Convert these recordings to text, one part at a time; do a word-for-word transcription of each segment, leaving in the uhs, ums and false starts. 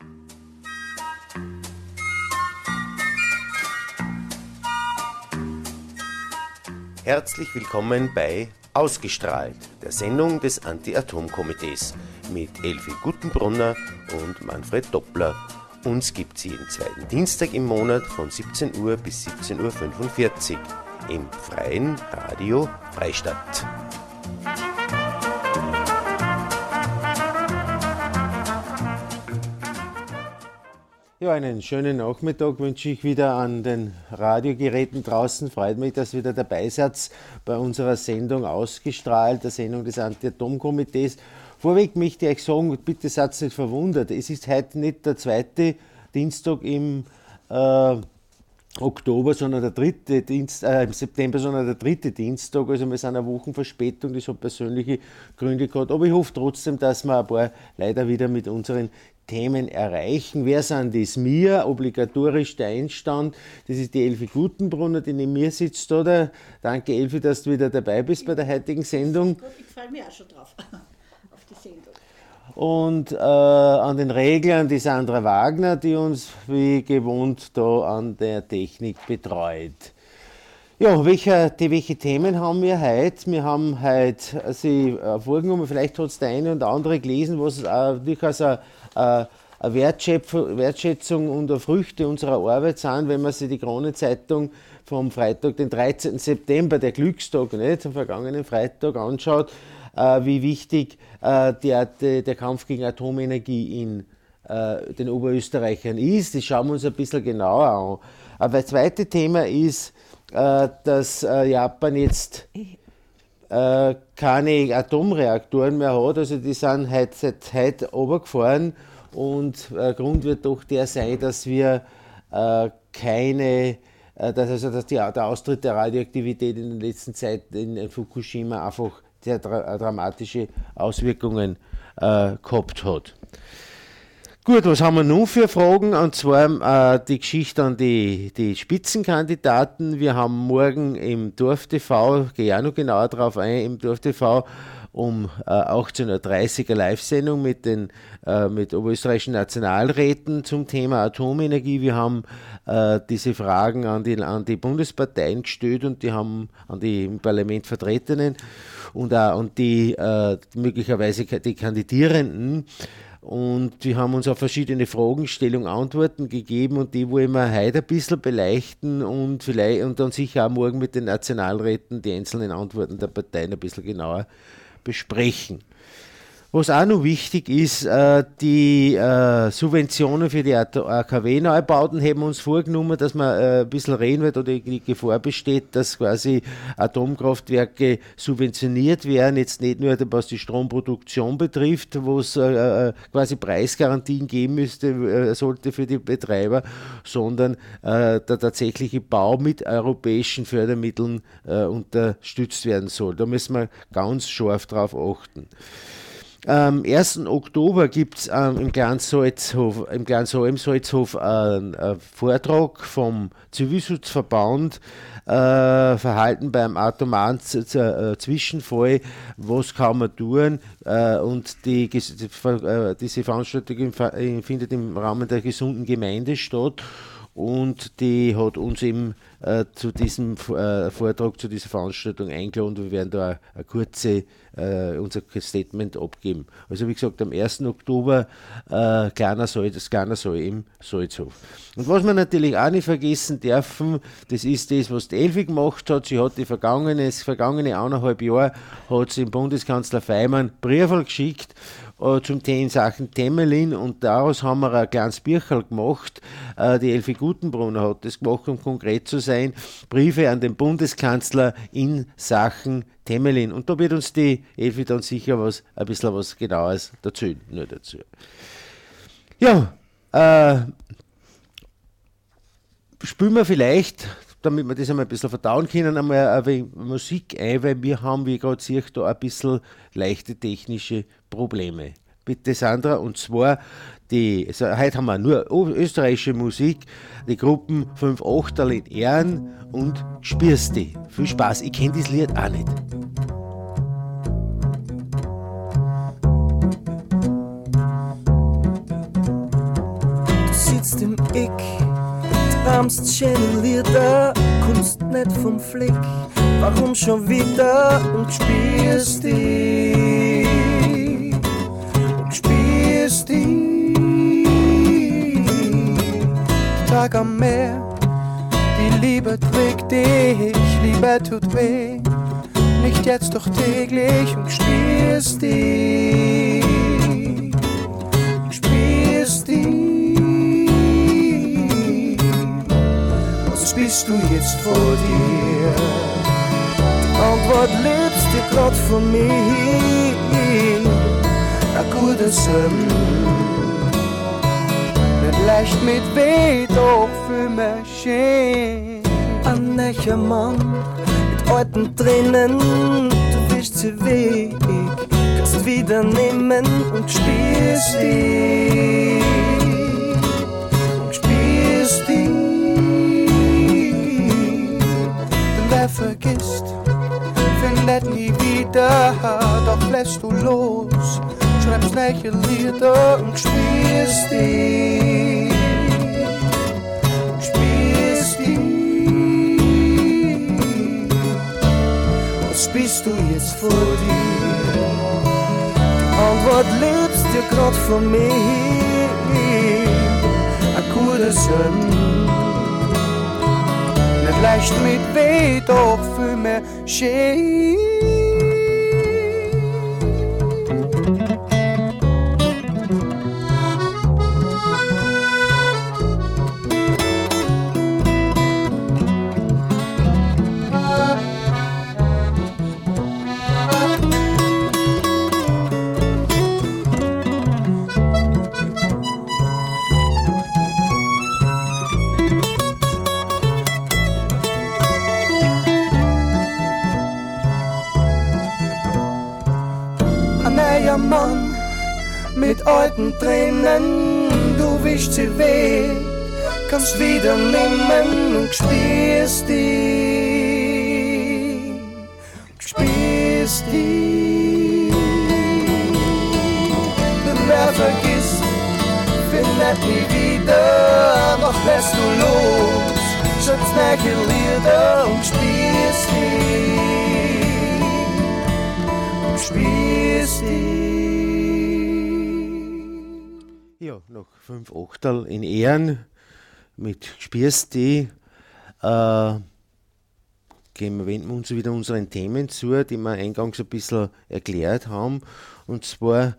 Herzlich willkommen bei Ausgestrahlt, der Sendung des Anti-Atom-Komitees mit Elfi Guttenbrunner und Manfred Doppler. Uns gibt es jeden zweiten Dienstag im Monat von siebzehn Uhr bis siebzehn Uhr fünfundvierzig im freien Radio Freistadt. Ja, einen schönen Nachmittag wünsche ich wieder an den Radiogeräten draußen. Freut mich, dass wieder dabei seid bei unserer Sendung Ausgestrahlt, der Sendung des Anti-Atom-Komitees. Vorweg möchte ich euch sagen, bitte seid nicht verwundert, es ist heute nicht der zweite Dienstag im äh, Oktober, sondern der dritte Dienst, äh, im September, sondern der dritte Dienstag. Also wir sind eine Wochenverspätung, das hat persönliche Gründe gehabt. Aber ich hoffe trotzdem, dass wir ein paar leider wieder mit unseren Themen erreichen. Wer sind das? Mir, obligatorisch der Einstand. Das ist die Elfi Guttenbrunner, die neben mir sitzt, oder? Danke, Elfi, dass du wieder dabei bist bei der heutigen Sendung. Ich freue mich auch schon drauf, auf die Sendung. Und äh, an den Reglern die Sandra Wagner, die uns wie gewohnt da an der Technik betreut. Ja, welche, die, welche Themen haben wir heute? Wir haben heute sie äh, vorgenommen, vielleicht hat es der eine und andere gelesen, was äh, durchaus eine, eine Wertschätzung, Wertschätzung und eine Früchte unserer Arbeit sind, wenn man sich die Kronenzeitung vom Freitag, den dreizehnten September, der Glückstag, nicht, am vergangenen Freitag anschaut, äh, wie wichtig äh, der, der, der Kampf gegen Atomenergie in äh, den Oberösterreichern ist. Das schauen wir uns ein bisschen genauer an. Aber das zweite Thema ist, dass Japan jetzt äh, keine Atomreaktoren mehr hat, also die sind heute, seit heute runtergefahren und äh, Grund wird doch der sein, dass wir äh, keine, äh, dass, also, dass die, der Austritt der Radioaktivität in der letzten Zeit in Fukushima einfach sehr dra- dramatische Auswirkungen äh, gehabt hat. Gut, was haben wir nun für Fragen? Und zwar äh, die Geschichte an die, die Spitzenkandidaten. Wir haben morgen im Dorf-T V, gehe auch noch genauer drauf ein, im Dorf-T V um äh, achtzehn Uhr dreißig eine Live-Sendung mit den äh, mit oberösterreichischen Nationalräten zum Thema Atomenergie. Wir haben äh, diese Fragen an die, an die Bundesparteien gestellt und die haben an die im Parlament Vertretenen und, auch, und die äh, möglicherweise die Kandidierenden. Und wir haben uns auf verschiedene Fragestellungen Antworten gegeben und die wollen wir heute ein bisschen beleuchten und vielleicht und dann sicher auch morgen mit den Nationalräten die einzelnen Antworten der Parteien ein bisschen genauer besprechen. Was auch noch wichtig ist, äh, die äh, Subventionen für die A K W-Neubauten haben wir uns vorgenommen, dass wir äh, ein bisschen reden, weil da die, die Gefahr besteht, dass quasi Atomkraftwerke subventioniert werden, jetzt nicht nur was die Stromproduktion betrifft, wo es äh, quasi Preisgarantien geben müsste, äh, sollte für die Betreiber, sondern äh, der tatsächliche Bau mit europäischen Fördermitteln äh, unterstützt werden soll. Da müssen wir ganz scharf drauf achten. Am ersten Oktober gibt es ähm, im kleinen Salzhof, im kleinen Saal Salzhof einen äh, Vortrag vom Zivilschutzverband, äh, Verhalten beim atomaren Z- äh, Zwischenfall, was kann man tun, äh, und die, die, äh, diese Veranstaltung findet im Rahmen der gesunden Gemeinde statt. Und die hat uns eben äh, zu diesem äh, Vortrag, zu dieser Veranstaltung eingeladen. Wir werden da eine kurze, äh, unser Statement abgeben. Also wie gesagt, am ersten Oktober äh, kleiner Saal, das kleine Saal im Salzhof. Und was wir natürlich auch nicht vergessen dürfen, das ist das, was die Elfi gemacht hat. Sie hat die vergangene, das vergangene eineinhalb Jahre hat sie dem Bundeskanzler Faymann Briefel geschickt zum Thema in Sachen Temelin und daraus haben wir ein kleines Bücherl gemacht. Die Elfi Guttenbrunner hat das gemacht, um konkret zu sein. Briefe an den Bundeskanzler in Sachen Temelin. Und da wird uns die Elfi dann sicher was, ein bisschen was Genaues dazu, nur dazu. Ja, äh, spielen wir vielleicht, damit wir das einmal ein bisschen verdauen können, einmal ein wenig Musik ein, weil wir haben, wie ich gerade sehe, da ein bisschen leichte technische Probleme. Bitte Sandra, und zwar, die, also heute haben wir nur österreichische Musik, die Gruppen fünf Achterl in Ehren und Spürst die. Viel Spaß, ich kenne das Lied auch nicht. sitzt im Ick, tramst schöne Lieder, kommst nicht vom Flick. Warum schon wieder und spielst die, und spielst die. Tag am Meer, die Liebe trägt dich, Liebe tut weh. Nicht jetzt doch täglich und spielst die, und spielst die. Was bist du jetzt vor dir? Antwort lebst dir grad von mir. Na gute Sömn, nicht leicht mit weh, doch für mich schön. Ein necher Mann mit alten Tränen, du wischst sie weg, kannst wieder nehmen und spielst die, und spielst die. Denn wer vergisst, findet nie wieder, doch lässt du los, schreibst neue Lieder und spielst die, und spielst die. Was bist du jetzt vor dir? Die Antwort lebst dir grad von mir, ein guter Sinn. Nicht leicht mit weh, doch für mich schön. Mann mit alten Tränen, du wischst sie weg, kannst wieder nehmen und spielst die, spielst die. Denn wer vergisst, findet nie wieder, noch lässt du los, schützt neue Lieder und spielst die, und spielst die. Ja, noch fünf Achtel in Ehren mit Spürst die. Äh, gehen wir, wenden wir uns wieder unseren Themen zu, die wir eingangs ein bisschen erklärt haben. Und zwar,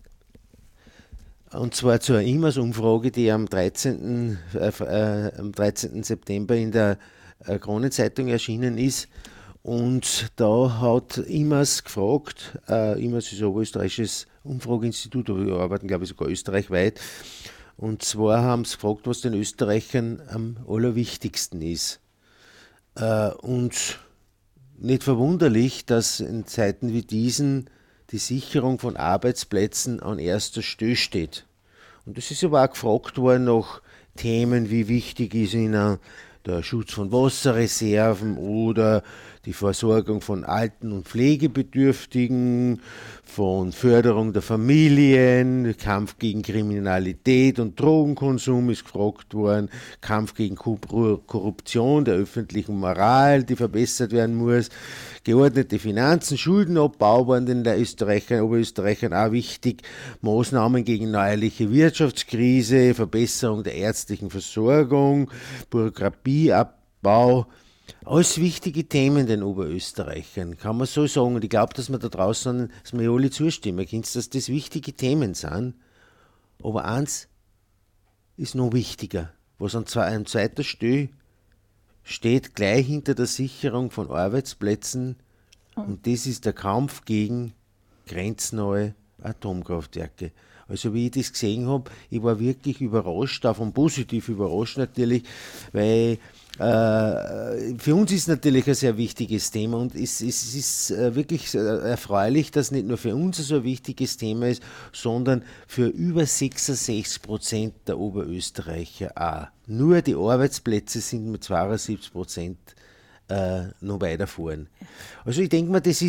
und zwar zur I M A S-Umfrage, die am dreizehnten Äh, äh, am dreizehnten September in der äh, Kronenzeitung erschienen ist. Und da hat I M A S gefragt, äh, I M A S ist ein oberösterreichisches Umfrageinstitut, aber wir arbeiten, glaube ich, sogar österreichweit. Und zwar haben sie gefragt, was den Österreichern am allerwichtigsten ist. Äh, und nicht verwunderlich, dass in Zeiten wie diesen die Sicherung von Arbeitsplätzen an erster Stelle steht. Und es ist aber auch gefragt worden nach Themen, wie wichtig ist ihnen der Schutz von Wasserreserven oder die Versorgung von Alten- und Pflegebedürftigen, von Förderung der Familien, Kampf gegen Kriminalität und Drogenkonsum ist gefragt worden, Kampf gegen Korruption der öffentlichen Moral, die verbessert werden muss, geordnete Finanzen, Schuldenabbau waren den Österreichern, Oberösterreichern auch wichtig, Maßnahmen gegen neuerliche Wirtschaftskrise, Verbesserung der ärztlichen Versorgung, Bürokratieabbau, alles wichtige Themen den Oberösterreichern, kann man so sagen. Und ich glaube, dass wir da draußen, dass wir alle zustimmen können, dass das wichtige Themen sind. Aber eins ist noch wichtiger, was an zweiter Stelle steht, gleich hinter der Sicherung von Arbeitsplätzen. Und das ist der Kampf gegen grenznahe Atomkraftwerke. Also wie ich das gesehen habe, ich war wirklich überrascht, davon positiv überrascht natürlich, weil äh, für uns ist natürlich ein sehr wichtiges Thema und es, es ist äh, wirklich erfreulich, dass nicht nur für uns so ein wichtiges Thema ist, sondern für über sechsundsechzig Prozent der Oberösterreicher auch. Nur die Arbeitsplätze sind mit zweiundsiebzig Prozent äh, noch weiter vorn. Also ich denke mal, das ist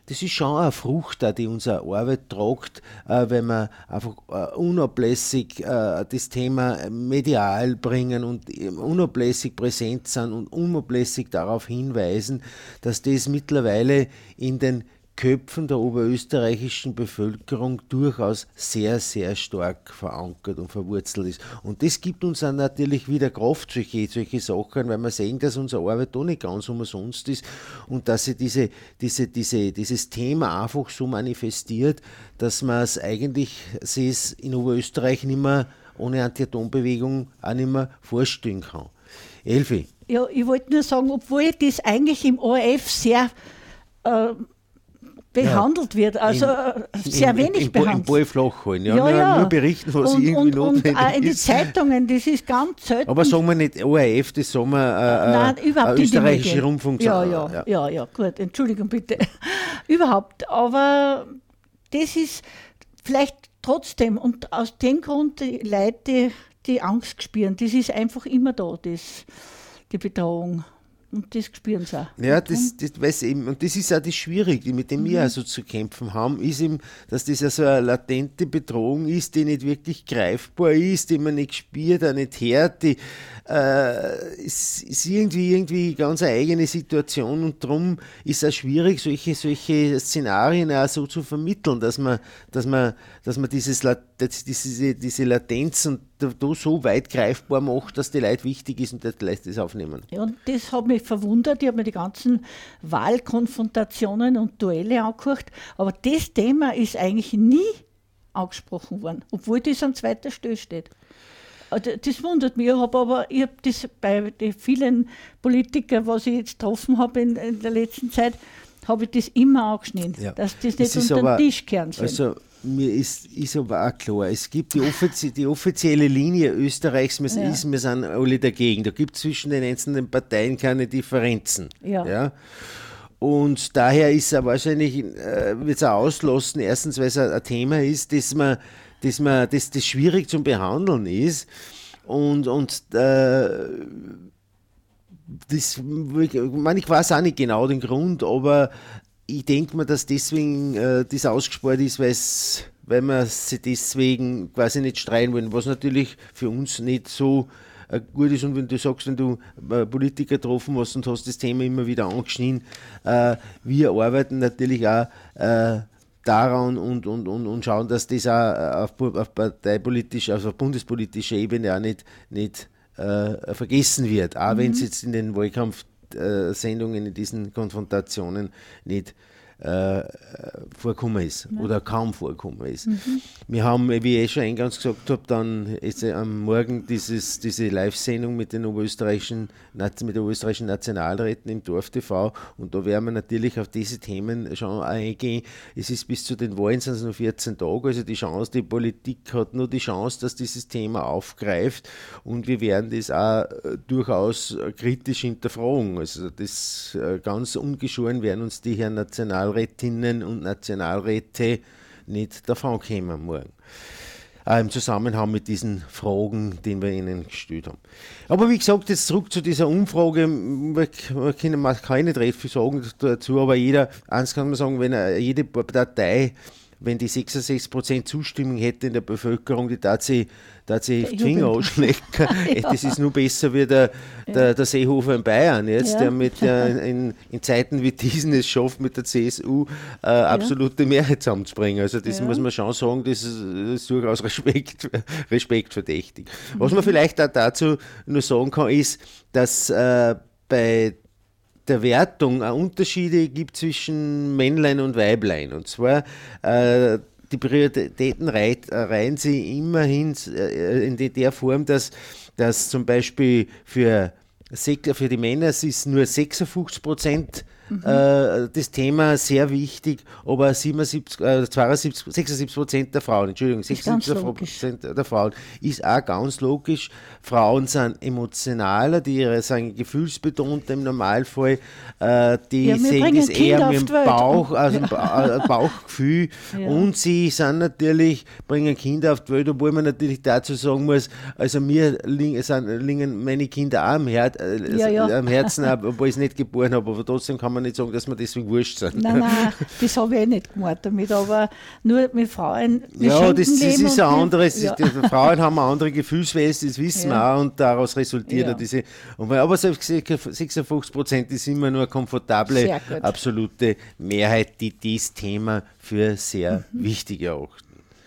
das ist schon eine Frucht, die unsere Arbeit tragt, äh, wenn wir einfach äh, unablässig äh, das Thema medial bringen und unablässig präsent sind und unablässig darauf hinweisen, dass das mittlerweile in den Köpfen der oberösterreichischen Bevölkerung durchaus sehr, sehr stark verankert und verwurzelt ist. Und das gibt uns dann natürlich wieder Kraft, solche, solche Sachen, weil wir sehen, dass unsere Arbeit da nicht ganz umsonst ist und dass sich diese, diese, diese, dieses Thema einfach so manifestiert, dass man es eigentlich sich in Oberösterreich nicht mehr ohne Anti-Atom-Bewegung auch nicht mehr vorstellen kann. Elfi? Ja, ich wollte nur sagen, obwohl das eigentlich im O R F sehr äh, behandelt ja, wird, also in, sehr in, wenig in, in, behandelt. Im Ball flach halten, ja, ja, ja. Nur berichten, was und, irgendwie und, notwendig und auch in die ist. Zeitungen, das ist ganz selten. Aber sagen wir nicht O R F, das sagen wir äh, Nein, äh, überhaupt österreichische Rundfunk. Ja, ja, ja, ja, ja, gut, Entschuldigung bitte. Überhaupt, aber das ist vielleicht trotzdem, und aus dem Grund die Leute, die, die Angst spüren, das ist einfach immer da, das, die Bedrohung. Und das spüren sie auch. Ja, das, das weiß eben, und das ist auch das Schwierige, mit dem mhm. wir also zu kämpfen haben, ist eben, dass das also eine latente Bedrohung ist, die nicht wirklich greifbar ist, die man nicht spürt, auch nicht hört, die äh, ist, ist irgendwie, irgendwie ganz eine eigene Situation und darum ist es auch schwierig, solche, solche Szenarien auch so zu vermitteln, dass man, dass man, dass man dieses, diese, diese Latenz und da so weit greifbar macht, dass die Leute wichtig ist und die Leute das aufnehmen. Ja, und das hat mich verwundert. Ich habe mir die ganzen Wahlkonfrontationen und Duelle angehört, aber das Thema ist eigentlich nie angesprochen worden, obwohl das an zweiter Stelle steht. Das wundert mich. Ich habe aber ich hab das bei den vielen Politikern, was ich jetzt getroffen habe in, in der letzten Zeit, habe ich das immer angeschnitten, ja. dass das nicht das unter aber, den Tisch kehren soll. Also, mir ist, ist aber auch klar, es gibt die, offizie- die offizielle Linie Österreichs, wir, ja. ist, wir sind alle dagegen. Da gibt es zwischen den einzelnen Parteien keine Differenzen. Ja. Ja? Und daher ist es wahrscheinlich, äh, wird es auch auslassen, erstens, weil es ein, ein Thema ist, das, man, das, man, das, das schwierig zum Behandeln ist. Und, und äh, das, ich, meine, ich weiß auch nicht genau den Grund, aber ich denke mir, dass deswegen äh, das ausgespart ist, weil wir sie deswegen quasi nicht streiten wollen, was natürlich für uns nicht so äh, gut ist. Und wenn du sagst, wenn du äh, Politiker getroffen hast und hast das Thema immer wieder angeschnitten, äh, wir arbeiten natürlich auch äh, daran und, und, und, und schauen, dass das auch auf, auf parteipolitischer, also auf bundespolitischer Ebene auch nicht, nicht äh, vergessen wird, auch mhm. wenn es jetzt in den Wahlkampfsendungen, in diesen Konfrontationen nicht äh, vorkommen ist ja. oder kaum vorkommen ist. Mhm. Wir haben, wie ich eh schon eingangs gesagt habe, dann ist am Morgen dieses, diese Live-Sendung mit den oberösterreichischen, mit den oberösterreichischen Nationalräten im Dorf T V und da werden wir natürlich auf diese Themen schon eingehen. Es ist bis zu den Wahlen sind es noch vierzehn Tage, also die Chance, die Politik hat nur die Chance, dass dieses Thema aufgreift und wir werden das auch durchaus kritisch hinterfragen. Also das ganz ungeschoren werden uns die Herren Nationalrätinnen und Nationalräte nicht davon kommen morgen. Auch im Zusammenhang mit diesen Fragen, die wir ihnen gestellt haben. Aber wie gesagt, jetzt zurück zu dieser Umfrage. Wir können, man kann nicht recht viel sagen dazu, aber jeder, eins kann man sagen, wenn jede Partei, wenn die sechsundsechzig Prozent Zustimmung hätte in der Bevölkerung, die tatsächlich die Finger ausschlecken. Ja. Das ist nur besser wie der, der, der Seehofer in Bayern jetzt, ja. der mit der in, in Zeiten wie diesen es schafft, mit der C S U äh, absolute ja. Mehrheit zusammenzubringen. Also das ja. muss man schon sagen, das ist, das ist durchaus Respekt, respektverdächtig. Mhm. Was man vielleicht auch dazu nur sagen kann, ist, dass äh, bei der Wertung auch Unterschiede gibt zwischen Männlein und Weiblein. Und zwar äh, die Prioritäten reihen sie immerhin äh, in der Form, dass, dass zum Beispiel für, für die Männer es ist nur sechsundfünfzig Prozent mhm. äh, das Thema sehr wichtig, aber siebenundsiebzig, äh, zweiundsiebzig, sechsundsiebzig Prozent der Frauen, Entschuldigung, sechsundsiebzig Prozent der Frauen ist auch ganz logisch. Frauen sind emotionaler, die sind gefühlsbetonter im Normalfall, äh, die ja, sehen das eher mit dem Bauch, also ja. Bauchgefühl ja. und sie sind natürlich, bringen Kinder auf die Welt, obwohl man natürlich dazu sagen muss, also mir liegen, sind, liegen meine Kinder auch am, Her- äh, ja, ja. am Herzen, obwohl ich es nicht geboren habe, aber trotzdem kann man wir nicht sagen, dass wir deswegen wurscht sind. Nein, nein, das habe ich eh nicht gemacht damit, aber nur mit Frauen. Wir Ja, das, das leben ist ein und anderes. wir, ja. Die Frauen haben eine andere Gefühlswelt, das wissen Ja. wir auch, und daraus resultieren Ja. diese. Und, aber selbst sechsundfünfzig Prozent ist immer nur eine komfortable, Sehr gut. absolute Mehrheit, die dieses Thema für sehr Mhm. wichtig erachten.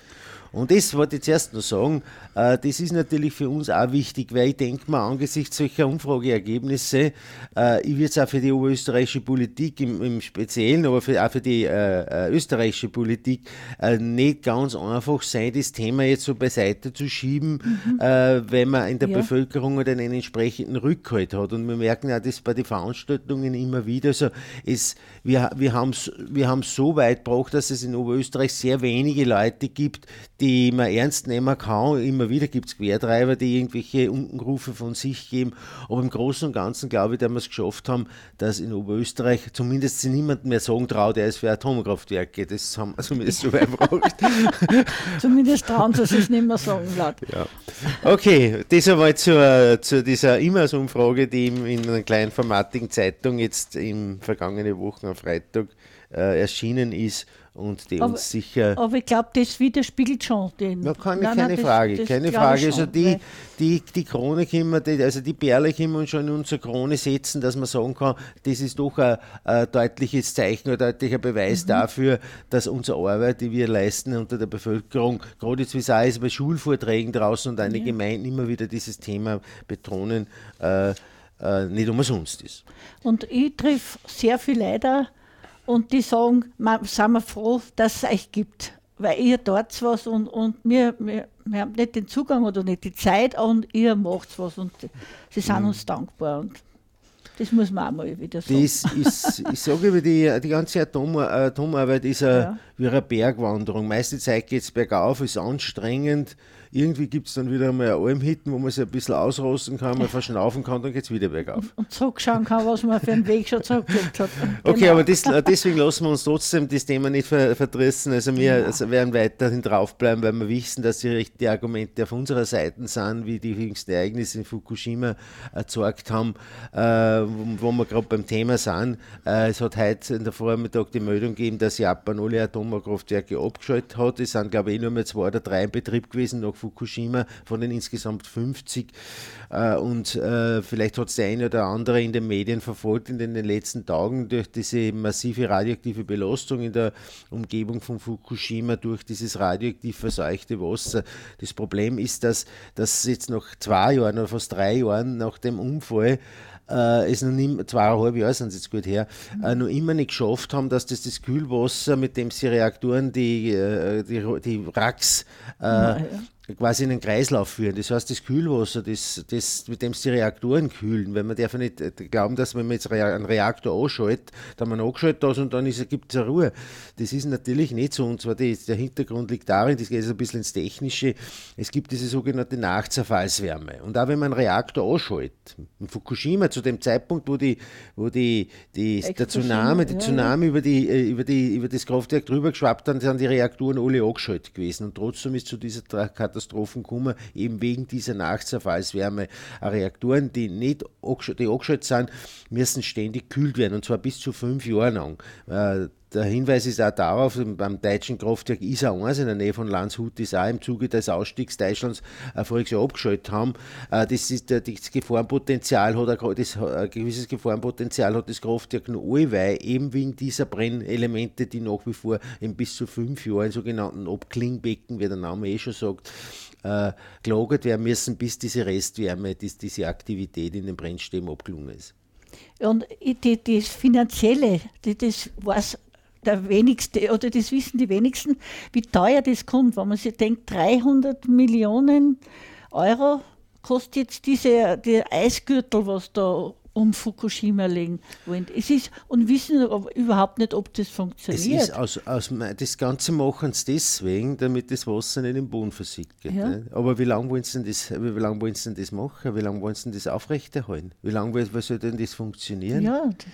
Und das wollte ich zuerst noch sagen, äh, das ist natürlich für uns auch wichtig, weil ich denke mal, angesichts solcher Umfrageergebnisse, äh, ich würde es auch für die oberösterreichische Politik im, im Speziellen, aber für, auch für die äh, äh, österreichische Politik äh, nicht ganz einfach sein, das Thema jetzt so beiseite zu schieben, mhm. äh, wenn man in der Ja. Bevölkerung oder einen entsprechenden Rückhalt hat. Und wir merken auch das bei den Veranstaltungen immer wieder. Also es, wir wir haben es wir haben's so weit gebracht, dass es in Oberösterreich sehr wenige Leute gibt, die man ernst nehmen kann. Immer wieder gibt es Quertreiber, die irgendwelche Unkenrufe von sich geben. Aber im Großen und Ganzen glaube ich, dass wir es geschafft haben, dass in Oberösterreich zumindest sie niemanden mehr sagen traut, der ist für Atomkraftwerke. Das haben wir zumindest so weit gebracht. Zumindest trauen sie es nicht mehr sagen laut. Ja. Okay, das einmal zur, zu dieser Immers-Umfrage, die in, in einer kleinen formatigen Zeitung jetzt im vergangenen Wochen am Freitag äh, erschienen ist und die Aber- uns sicher... Aber ich glaube, das widerspiegelt schon den. Ja, keine, Nein, keine nein, das- Frage, das keine glaube ich Frage. Also schon, die, weil- die, die Krone können wir, die, also die Perle können wir uns schon in unsere Krone setzen, dass man sagen kann, das ist doch ein, ein deutliches Zeichen oder ein deutlicher Beweis Mhm. dafür, dass unsere Arbeit, die wir leisten unter der Bevölkerung, gerade jetzt wie es auch ist bei Schulvorträgen draußen und eine Gemeinden immer wieder dieses Thema betonen, äh, äh, nicht umsonst ist. Und ich treffe sehr viele Leute und die sagen, "Ma, sind wir froh, dass es euch gibt. Weil ihr dort was und, und wir, wir, wir haben nicht den Zugang oder nicht die Zeit und ihr macht was und sie sind uns dankbar. Und das muss man auch mal wieder sagen. Das ist, ich sage über die, die ganze Atom, Atomarbeit ist eine, Ja. wie eine Bergwanderung. Meiste Zeit geht es bergauf, ist anstrengend. Irgendwie gibt es dann wieder einmal eine Almhütten, wo man sich ein bisschen ausrosten kann, mal verschnaufen kann, dann geht es wieder bergauf. Und zurückschauen kann, was man für einen Weg schon zurückgelegt hat. Okay, Genau. aber das, deswegen lassen wir uns trotzdem das Thema nicht ver, verdrissen. Also wir Genau. also werden weiterhin draufbleiben, weil wir wissen, dass die, recht- die Argumente auf unserer Seite sind, wie die jüngsten Ereignisse in Fukushima erzeugt haben, äh, wo, wo wir gerade beim Thema sind. Äh, es hat heute in der Vormittag die Meldung gegeben, dass Japan alle Atomkraftwerke abgeschaltet hat. Es sind, glaube ich, nur mehr zwei oder drei in Betrieb gewesen nach Fukushima von den insgesamt fünfzig. Äh, und äh, vielleicht hat es der eine oder andere in den Medien verfolgt in den, den letzten Tagen durch diese massive radioaktive Belastung in der Umgebung von Fukushima durch dieses radioaktiv verseuchte Wasser. Das Problem ist, dass, dass jetzt nach zwei Jahren oder fast drei Jahren nach dem Unfall äh, es noch nicht, zweieinhalb Jahre sind es jetzt gut her, äh, noch immer nicht geschafft haben, dass das, das Kühlwasser, mit dem sie Reaktoren, die, äh, die, die Racks äh, Ja, ja. quasi in den Kreislauf führen. Das heißt, das Kühlwasser, das, das, mit dem sie die Reaktoren kühlen, weil man darf ja nicht äh, glauben, dass wenn man jetzt Rea- einen Reaktor anschaltet, dann man angeschaltet das und dann gibt es eine Ruhe. Das ist natürlich nicht so, und zwar die, der Hintergrund liegt darin, das geht jetzt ein bisschen ins Technische, es gibt diese sogenannte Nachzerfallswärme. Und auch wenn man einen Reaktor anschaltet, in Fukushima zu dem Zeitpunkt, wo die, wo die, die, der Explosion, Tsunami, die ja, Tsunami über, die, äh, über, die, über das Kraftwerk drüber geschwappt, dann sind die Reaktoren alle angeschaltet gewesen. Und trotzdem ist zu dieser Tra- Katastrophen gekommen, eben wegen dieser Nachzerfallswärme. Reaktoren, die nicht angesch- die angeschaltet sind, müssen ständig gekühlt werden, und zwar bis zu fünf Jahre lang. Äh, Der Hinweis ist auch darauf, beim deutschen Kraftwerk Isar eins in der Nähe von Landshut ist auch im Zuge des Ausstiegs Deutschlands ein voriges Jahr abgeschaltet haben. Äh, Das ist der- das Gefahrenpotenzial hat ein, das, ein gewisses Gefahrenpotenzial hat das Kraftwerk nur allweil, eben wegen dieser Brennelemente, die nach wie vor in bis zu fünf Jahren in sogenannten Abklingbecken, wie der Name eh schon sagt, äh, gelagert werden müssen, bis diese Restwärme, dies, diese Aktivität in den Brennstäben abgelungen ist. Und ich- die, das Finanzielle, die, das weiß der wenigste, oder das wissen die wenigsten, wie teuer das kommt, wenn man sich denkt, dreihundert Millionen Euro kostet jetzt diese, der Eisgürtel, was da um Fukushima liegen wollen. Es ist, und wissen aber überhaupt nicht, ob das Es funktioniert. ist aus, aus, das Ganze machen sie deswegen, damit das Wasser nicht im Boden versickert. Ja. Ne? Aber wie lange wollen sie denn das, wie lange wollen sie denn das machen? Wie lange wollen sie denn das aufrechterhalten? Wie lange wie soll denn das funktionieren? ja,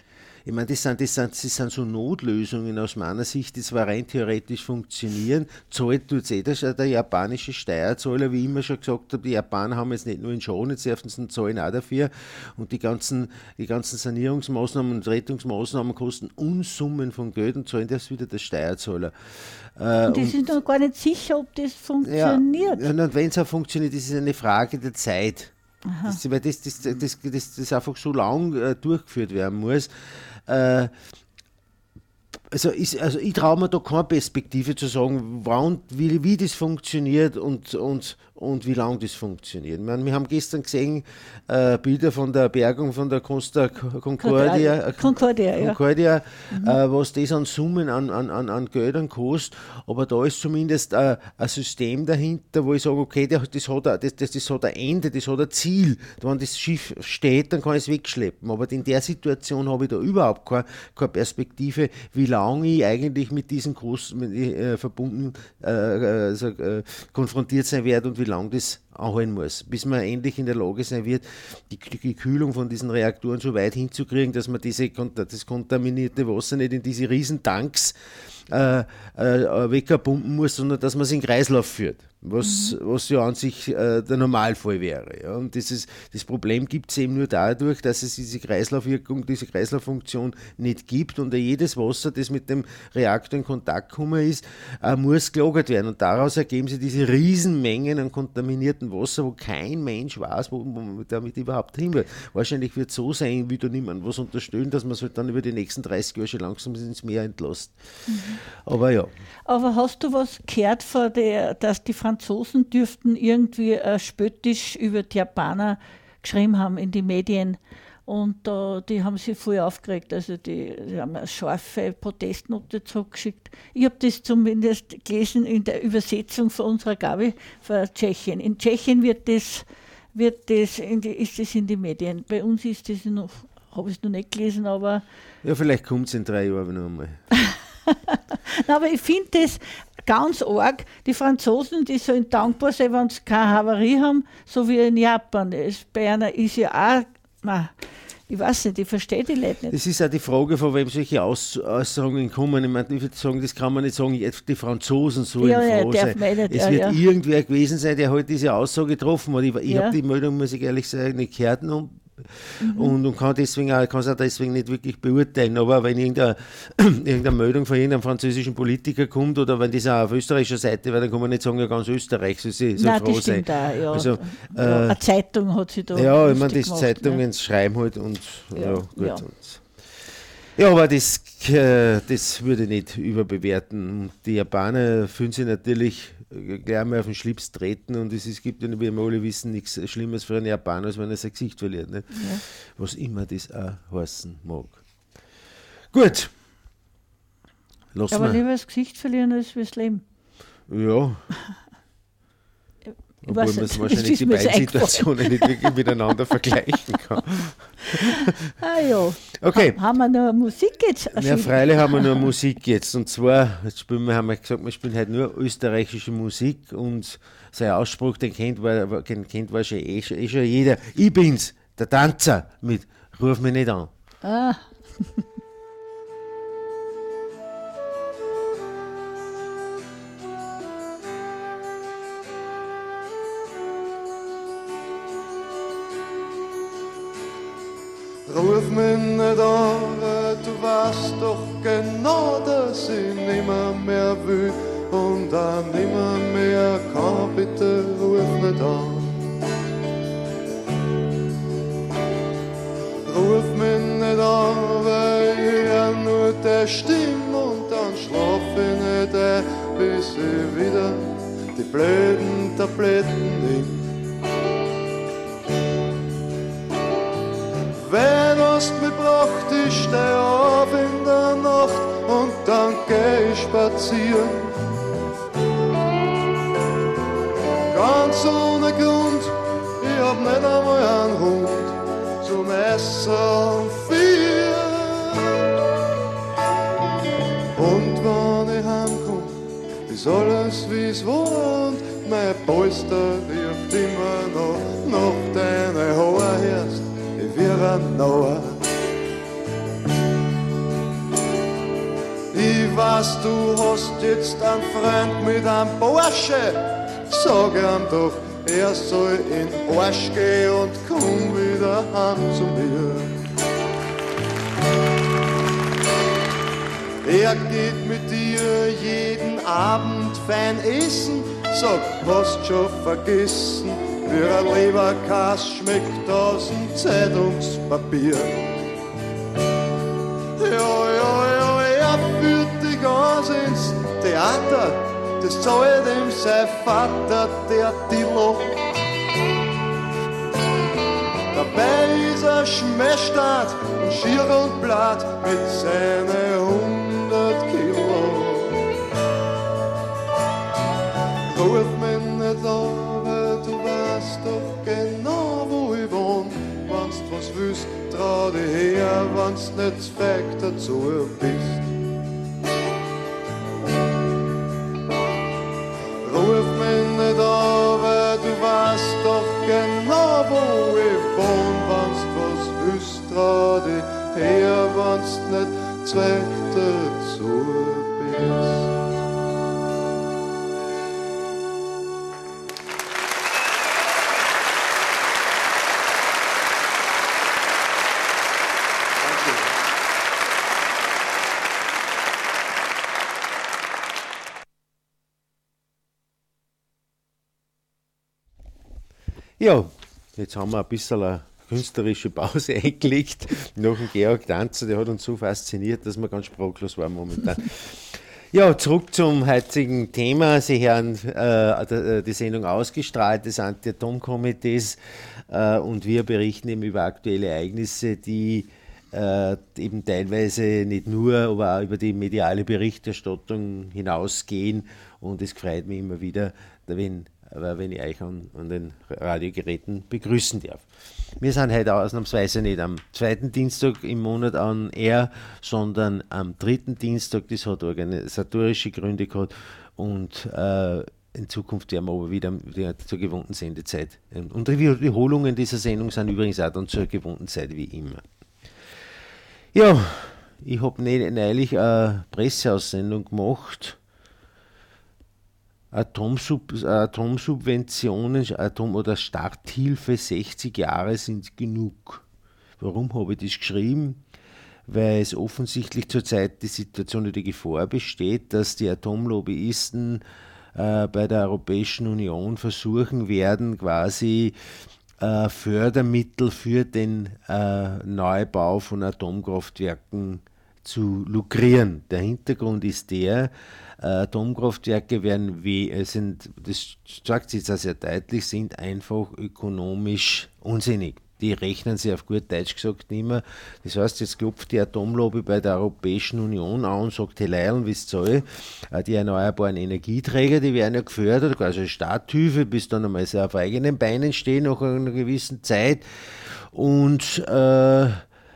ich meine, das sind, das, sind, das sind so Notlösungen aus meiner Sicht, die zwar rein theoretisch funktionieren. Zahlt tut es eh der, der japanische Steuerzahler, wie ich immer schon gesagt habe, die Japaner haben jetzt nicht nur in Schaden, jetzt dürfen sie zahlen auch dafür. Und die ganzen, die ganzen Sanierungsmaßnahmen und Rettungsmaßnahmen kosten Unsummen von Geld und zahlen das wieder der Steuerzahler. Äh, und das ist noch gar nicht sicher, ob das funktioniert. Ja, und wenn es auch funktioniert, das ist eine Frage der Zeit. Das, weil das, das, das, das, das einfach so lang äh, durchgeführt werden muss. Äh, also, ist, also ich traue mir da keine Perspektive zu sagen, wann, wie, wie das funktioniert und, und, und wie lange das funktioniert. Ich meine, wir haben gestern gesehen äh, Bilder von der Bergung von der Costa Concordia, Concordia, ja. Concordia mhm. äh, was das an Summen, an, an, an, an Geldern kostet. Aber da ist zumindest äh, ein System dahinter, wo ich sage, okay, das, das, hat ein, das, das, das hat ein Ende, das hat ein Ziel. Wenn das Schiff steht, dann kann ich es wegschleppen. Aber in der Situation habe ich da überhaupt keine, keine Perspektive, wie lange ich eigentlich mit diesen großen mit, äh, verbunden äh, also, äh, konfrontiert sein werde und wie lange das anhalten muss, bis man endlich in der Lage sein wird, die, die Kühlung von diesen Reaktoren so weit hinzukriegen, dass man diese, das kontaminierte Wasser nicht in diese riesen Tanks äh, äh, wegpumpen muss, sondern dass man es in den Kreislauf führt, was, mhm. was ja an sich äh, der Normalfall wäre. Ja. Und das, ist, das Problem gibt es eben nur dadurch, dass es diese Kreislaufwirkung, diese Kreislauffunktion nicht gibt und jedes Wasser, das mit dem Reaktor in Kontakt gekommen ist, äh, muss gelagert werden. Und daraus ergeben sich diese Riesenmengen an kontaminierten Wasser, wo kein Mensch weiß, wo man damit überhaupt hin will. Wahrscheinlich wird es so sein, wie da niemand was unterstellen, dass man es halt dann über die nächsten dreißig Jahre schon langsam ins Meer entlässt. Mhm. Aber ja. Aber hast du was gehört, von der, dass die Franzosen dürften irgendwie äh, spöttisch über die Japaner geschrieben haben in die Medien? Und äh, die haben sich voll aufgeregt, also die, die haben eine scharfe Protestnote zurückgeschickt. Ich habe das zumindest gelesen in der Übersetzung von unserer Gabi von Tschechien. In Tschechien wird das, wird das in die, ist das in die Medien. Bei uns ist das noch, habe ich es noch nicht gelesen, aber... Ja, vielleicht kommt es in drei Jahren noch einmal. Aber ich finde das ganz arg. Die Franzosen, die sollen dankbar sein, wenn sie keine Havarie haben, so wie in Japan. Es, bei einer ist ja auch... Na, ich weiß nicht, ich verstehe die Leute nicht. Das ist auch die Frage, von wem solche Aus Äußerungen kommen. Ich meine, ich würde sagen, das kann man nicht sagen, die Franzosen sollen ja, ja, froh sein. Nicht, es ja, wird ja. irgendwer gewesen sein, der halt diese Aussage getroffen hat. Ich, ich ja. habe die Meldung, muss ich ehrlich sagen, nicht gehört. Und Mhm. Und, und kann deswegen auch, kann es auch deswegen nicht wirklich beurteilen. Aber wenn irgendeine, irgendeine Meldung von irgendeinem französischen Politiker kommt oder wenn das auch auf österreichischer Seite wäre, dann kann man nicht sagen, ja, ganz Österreich soll, soll Nein, froh das sein. Stimmt auch, ja. Also, äh, äh, eine Zeitung hat sie da. Ja, ich meine, die gemacht, Zeitungen ne? schreiben halt und ja, ja, gut. ja. Und, ja, aber das, äh, das würde ich nicht überbewerten. Die Japaner fühlen sich natürlich gleich mal auf den Schlips treten und es, es gibt ja, wie wir alle wissen, nichts Schlimmes für einen Japaner, als wenn er sein Gesicht verliert. Nicht? Ja. Was immer das auch heißen mag. Gut. Lass aber mal. lieber das Gesicht verlieren als fürs Leben. Ja. Ich Obwohl weiß man nicht, wahrscheinlich die beiden Situationen nicht wirklich miteinander vergleichen kann. Ah ja. Okay. Ha, haben wir noch Musik jetzt? Ja, freilich haben wir nur Musik jetzt. Und zwar, jetzt spielen wir, haben wir gesagt, wir spielen heute nur österreichische Musik und sein Ausspruch, den kennt, war, den kennt wahrscheinlich eh, eh schon jeder. Ich bin's, der Tanzer mit Ruf mich nicht an. Ah. Ruf mich nicht an, weil du weißt doch genau, dass ich nimmer mehr will und auch nimmer mehr kann. Bitte ruf nicht an. Ruf mich nicht an, weil ich ja nur der Stimme und dann schlaf ich nicht ein, bis ich wieder die blöden Tabletten nehm. Wenn hast mich gebracht, ich steh auf in der Nacht und dann geh ich spazieren. Ganz ohne Grund, ich hab nicht einmal einen Hund zum Essen und vier. Und wenn ich heimkomm, ist alles wie's war und mein Polster wirft immer noch nach deine Haare herst. Wir ein Nauer. weißt, du hast jetzt einen Freund mit einem Porsche, sag ihm doch, er soll in den Arsch gehen und komm wieder heim zu mir. Er geht mit dir jeden Abend fein essen, sag, hast schon vergessen, wie ein Leberkäse schmeckt aus dem Zeitungspapier. Ja, ja, ja, er führt dich aus ins Theater, das zahlt ihm sein Vater, der Dillo. Dabei ist er Schmähstart und schier und blatt mit seinen hundert Kilo. Ruf mich nicht an, weil du weißt doch genau, wo ich wohn. Wenn's was willst, trau dich her, wenn's nicht feig dazu bist. Ruf mich nicht an, weil du weißt doch genau, wo ich wohn. Wenn's was willst, trau dich her, wenn's nicht feig dazu bist. Ja, jetzt haben wir ein bisschen eine künstlerische Pause eingelegt nach dem Georg Danzer, der hat uns so fasziniert, dass wir ganz sprachlos waren momentan. Ja, zurück zum heutigen Thema. Sie hören äh, die Sendung ausgestrahlt des Anti-Atom-Komitees äh, und wir berichten eben über aktuelle Ereignisse, die äh, eben teilweise nicht nur, aber auch über die mediale Berichterstattung hinausgehen, und es freut mich immer wieder, wenn wenn ich euch an, an den Radiogeräten begrüßen darf. Wir sind heute ausnahmsweise nicht am zweiten Dienstag im Monat an Air, sondern am dritten Dienstag. Das hat organisatorische Gründe gehabt, und äh, in Zukunft werden wir aber wieder, wieder zur gewohnten Sendezeit. Und die Wiederholungen dieser Sendung sind übrigens auch dann zur gewohnten Zeit wie immer. Ja, ich habe neulich eine Presseaussendung gemacht. Atomsub, Atomsubventionen, Atom- oder Starthilfe sechzig Jahre sind genug. Warum habe ich das geschrieben? Weil es offensichtlich zurzeit die Situation oder die Gefahr besteht, dass die Atomlobbyisten äh, bei der Europäischen Union versuchen werden, quasi äh, Fördermittel für den äh, Neubau von Atomkraftwerken zu lukrieren. Der Hintergrund ist der, Atomkraftwerke werden, wie, sind, das sagt sich jetzt auch sehr deutlich, sind einfach ökonomisch unsinnig. Die rechnen sich auf gut Deutsch gesagt nicht mehr. Das heißt, jetzt klopft die Atomlobby bei der Europäischen Union an und sagt, hey Leil, wisst ihr alle, die erneuerbaren Energieträger, die werden ja gefördert, also Starthilfe, bis dann einmal so auf eigenen Beinen stehen nach einer gewissen Zeit. Und äh,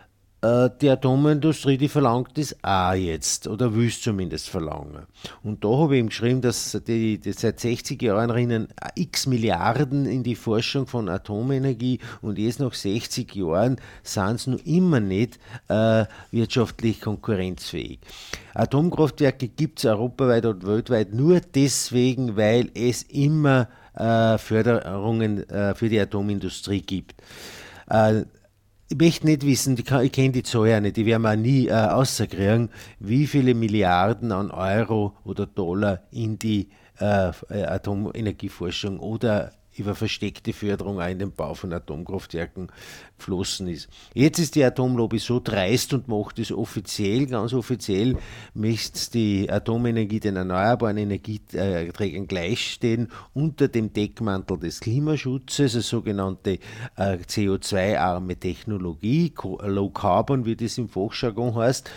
die Atomindustrie, die verlangt das auch jetzt, oder will es zumindest verlangen. Und da habe ich ihm geschrieben, dass die, die seit sechzig Jahren rinnen x Milliarden in die Forschung von Atomenergie, und jetzt nach sechzig Jahren sind sie noch immer nicht äh, wirtschaftlich konkurrenzfähig. Atomkraftwerke gibt es europaweit und weltweit nur deswegen, weil es immer äh, Förderungen äh, für die Atomindustrie gibt. Äh, Ich möchte nicht wissen, ich, ich kenne die Zahl ja nicht, die werden wir auch nie äh, rauskriegen, wie viele Milliarden an Euro oder Dollar in die äh, Atomenergieforschung oder über versteckte Förderung auch in den Bau von Atomkraftwerken geflossen ist. Jetzt ist die Atomlobby so dreist und macht es offiziell, ganz offiziell, möchte die Atomenergie den erneuerbaren Energieträgern gleichstehen unter dem Deckmantel des Klimaschutzes, eine sogenannte äh, C O zwei arme Technologie, Low Carbon, wie das im Fachjargon heißt.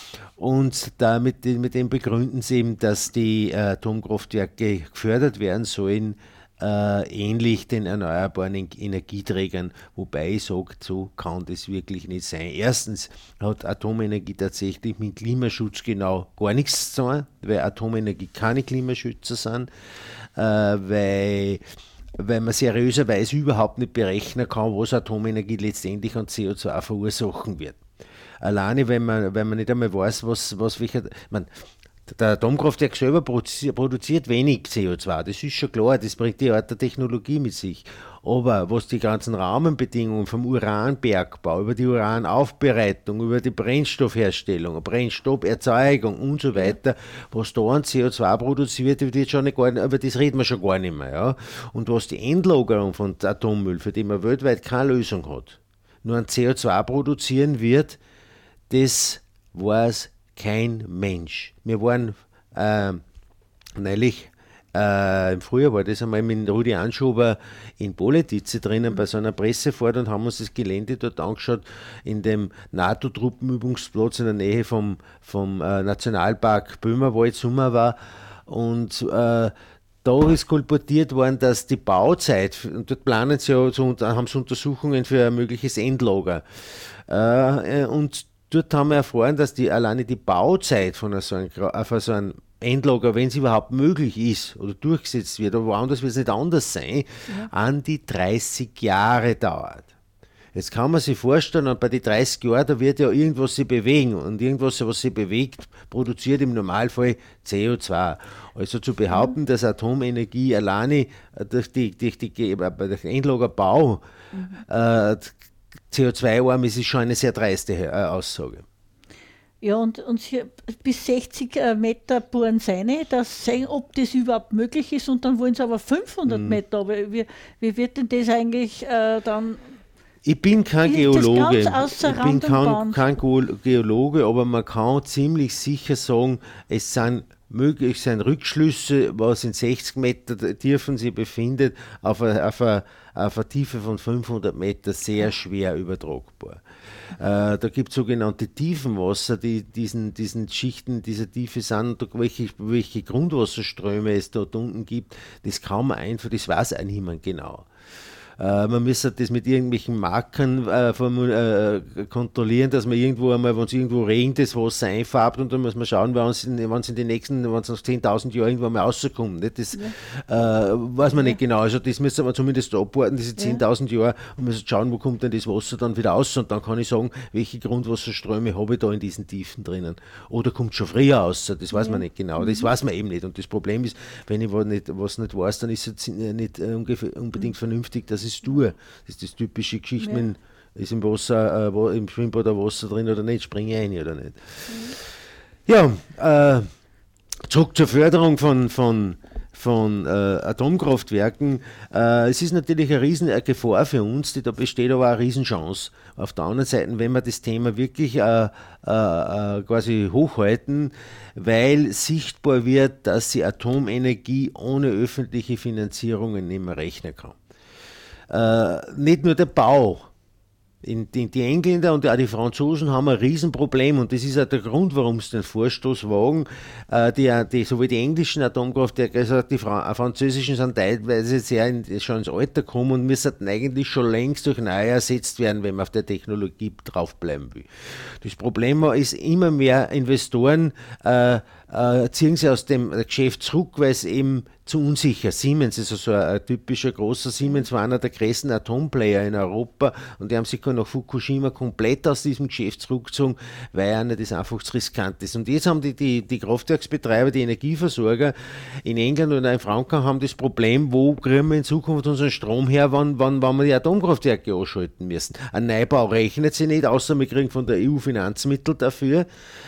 Und damit, mit dem begründen sie eben, dass die äh, Atomkraftwerke gefördert werden sollen, Äh, ähnlich den erneuerbaren Energieträgern, wobei ich sage, so kann das wirklich nicht sein. Erstens hat Atomenergie tatsächlich mit Klimaschutz genau gar nichts zu tun, weil Atomenergie keine Klimaschützer sind, äh, weil, weil man seriöserweise überhaupt nicht berechnen kann, was Atomenergie letztendlich an C O zwei verursachen wird. Alleine, wenn man, wenn man nicht einmal weiß, was, was welcher, man, Der Atomkraftwerk selber produziert wenig C O zwei, das ist schon klar, das bringt die Art der Technologie mit sich. Aber was die ganzen Rahmenbedingungen vom Uranbergbau, über die Uranaufbereitung, über die Brennstoffherstellung, Brennstofferzeugung und so weiter, was da an C O zwei produziert wird, wird schon nicht gar nicht, über das reden wir schon gar nicht mehr. Ja? Und was die Endlagerung von Atommüll, für die man weltweit keine Lösung hat, nur an C O zwei produzieren wird, das weiß kein Mensch. Wir waren äh, neulich, äh, im Frühjahr war das einmal mit Rudi Anschober in Boletice drinnen bei so einer Pressefahrt und haben uns das Gelände dort angeschaut, in dem NATO-Truppenübungsplatz in der Nähe vom, vom äh, Nationalpark Böhmerwald Sommer war. Und äh, da ist kolportiert worden, dass die Bauzeit, und dort planen sie ja, so, haben sie Untersuchungen für ein mögliches Endlager. Äh, und dort haben wir erfahren, dass die, alleine die Bauzeit von so einem, von so einem Endlager, wenn es überhaupt möglich ist oder durchgesetzt wird, aber woanders wird es nicht anders sein, ja. an die dreißig Jahre dauert. Jetzt kann man sich vorstellen, und bei den dreißig Jahren, da wird ja irgendwas sich bewegen und irgendwas, was sich bewegt, produziert im Normalfall C O zwei. Also zu behaupten, mhm. dass Atomenergie alleine durch, die, durch, die, durch den Endlagerbau mhm. äh, C O zwei arm ist, ist schon eine sehr dreiste äh, Aussage. Ja, und, und hier bis sechzig Meter bohren sie rein, dass sehen, ob das überhaupt möglich ist, und dann wollen sie aber fünfhundert mhm. Meter. Aber wie, wie wird denn das eigentlich äh, dann? Ich bin kein Geologe, ich bin kein, kein Geologe, aber man kann ziemlich sicher sagen, es sind möglich sind Rückschlüsse, was in sechzig Meter Tiefen sich befindet, auf eine, auf eine, auf eine Tiefe von fünfhundert Meter sehr schwer übertragbar. Äh, da gibt es sogenannte Tiefenwasser, die diesen, diesen Schichten dieser Tiefe sind, und welche, welche Grundwasserströme es dort unten gibt, das kann man einfach, das weiß auch niemand genau. Äh, man müsste das mit irgendwelchen Markern äh, äh, kontrollieren, dass man irgendwo einmal, wenn es irgendwo regnet, das Wasser einfärbt, und dann muss man schauen, wenn es in, in den nächsten, wenn es nach zehntausend Jahren irgendwann mal rauskommt. Nicht? Das ja. äh, weiß man ja. nicht genau. Also das müsste man zumindest abwarten, diese zehntausend ja. Jahre, und man muss schauen, wo kommt denn das Wasser dann wieder raus, und dann kann ich sagen, welche Grundwasserströme habe ich da in diesen Tiefen drinnen. Oder kommt schon früher raus, das weiß ja. man nicht genau. Das mhm. weiß man eben nicht. Und das Problem ist, wenn ich was nicht, was nicht weiß, dann ist es nicht ungefähr, unbedingt mhm. vernünftig, dass ich es tue. Das ist das typische Geschichte, ja. mit, ist im Wasser, äh, im Schwimmbad ein Wasser drin oder nicht, springe ich rein oder nicht. Mhm. Ja, äh, zurück zur Förderung von, von, von äh, Atomkraftwerken. Äh, es ist natürlich eine riesen eine Gefahr für uns, die, da besteht aber eine Riesenchance. Auf der anderen Seite, wenn wir das Thema wirklich äh, äh, quasi hochhalten, weil sichtbar wird, dass die Atomenergie ohne öffentliche Finanzierungen nicht mehr rechnen kann. Äh, nicht nur der Bau. In, die, die Engländer und auch die Franzosen haben ein Riesenproblem, und das ist auch der Grund, warum sie den Vorstoß wagen. Äh, die, die, sowohl die englischen Atomkraftwerke als auch die Fra- französischen sind teilweise sehr in, schon ins Alter gekommen und müssen eigentlich schon längst durch neue ersetzt werden, wenn man auf der Technologie draufbleiben will. Das Problem ist, immer mehr Investoren äh, äh, ziehen sie aus dem Geschäft zurück, weil es eben zu unsicher. Siemens ist also ein, ein typischer großer Siemens, war einer der größten Atomplayer in Europa, und die haben sich nach Fukushima komplett aus diesem Geschäft zurückgezogen, weil einer das einfach zu riskant ist. Und jetzt haben die, die, die Kraftwerksbetreiber, die Energieversorger in England oder in Frankreich haben das Problem, wo kriegen wir in Zukunft unseren Strom her, wann, wann, wann wir die Atomkraftwerke anschalten müssen. Ein Neubau rechnet sich nicht, außer wir kriegen von der E U Finanzmittel dafür.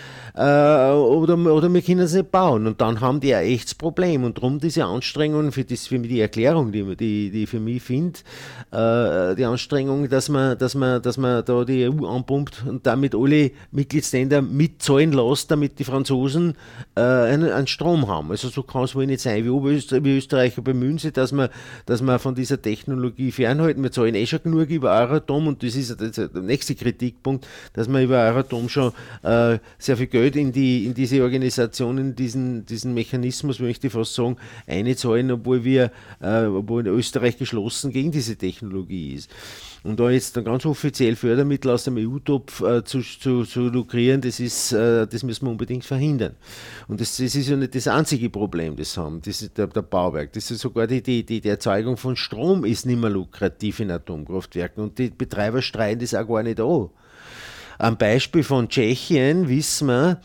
Oder, oder wir können es nicht bauen. Und dann haben die ein echtes Problem. Und darum diese Anstrengungen, für, das, für die Erklärung, die, die, die ich für mich finde, äh, die Anstrengung, dass man, dass, man, dass man da die E U anpumpt und damit alle Mitgliedsländer mitzahlen lässt, damit die Franzosen äh, einen, einen Strom haben. Also so kann es wohl nicht sein. Wie, Oberöster- wie Österreicher bemühen sich, dass man, dass man von dieser Technologie fernhalten. Wir zahlen eh schon genug über Euratom, und das ist der nächste Kritikpunkt, dass man über Euratom schon äh, sehr viel Geld in, die, in diese Organisationen, diesen, diesen Mechanismus, möchte ich fast sagen, einzahlen, obwohl wir, äh, obwohl Österreich geschlossen gegen diese Technologie ist. Und da jetzt dann ganz offiziell Fördermittel aus dem E U-Topf äh, zu, zu, zu lukrieren, das, ist, äh, das müssen wir unbedingt verhindern. Und das, das ist ja nicht das einzige Problem, das haben, das ist der, der Bauwerk. Das ist sogar die, die, die, die Erzeugung von Strom ist nicht mehr lukrativ in Atomkraftwerken, und die Betreiber streiten das auch gar nicht an. am Beispiel von Tschechien wissen wir,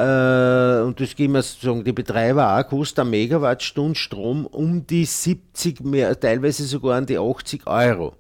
äh, und das geben wir sagen, die Betreiber auch, kostet eine Megawattstunde Strom um die siebzig, mehr, teilweise sogar an die achtzig Euro.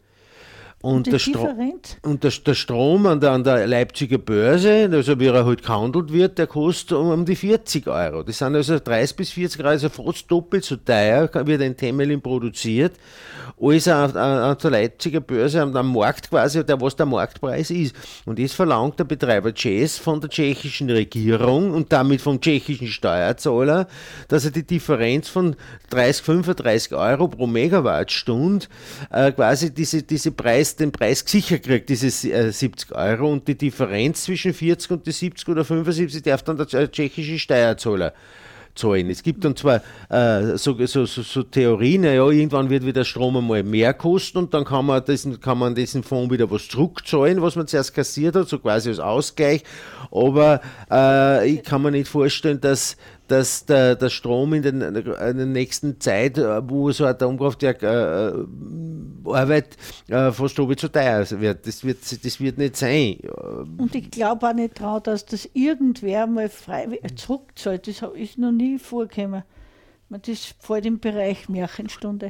Und, die der, Stro- Differenz? und der, der Strom an der, an der Leipziger Börse, also wie er halt gehandelt wird, der kostet um, um die vierzig Euro. Das sind also dreißig bis vierzig Euro, also fast doppelt so teuer, wird in Temelin produziert, als an, an, an der Leipziger Börse, am, am Markt quasi, der, was der Marktpreis ist. Und das verlangt der Betreiber ČEZ von der tschechischen Regierung und damit vom tschechischen Steuerzahler, dass er die Differenz von dreißig, fünfunddreißig Euro pro Megawattstunde äh, quasi diese, diese Preis den Preis gesichert kriegt, diese äh, siebzig Euro, und die Differenz zwischen vierzig und die siebzig oder fünfundsiebzig darf dann der äh, tschechische Steuerzahler zahlen. Es gibt dann zwar äh, so, so, so, so Theorien, ja, irgendwann wird wieder Strom einmal mehr kosten und dann kann man diesen, kann man diesen Fonds wieder was zurückzahlen, was man zuerst kassiert hat, so quasi als Ausgleich, aber äh, ich kann mir nicht vorstellen, dass dass der, der Strom in, den, in der nächsten Zeit, wo so ein Atomkraftwerk äh, arbeitet, äh, fast doppelt so teuer wird. Das wird, das wird nicht sein. Und ich glaube auch nicht daran, dass das irgendwer mal freiwillig zurückzahlt. Das ist noch nie vorgekommen. Das fällt im Bereich Märchenstunde.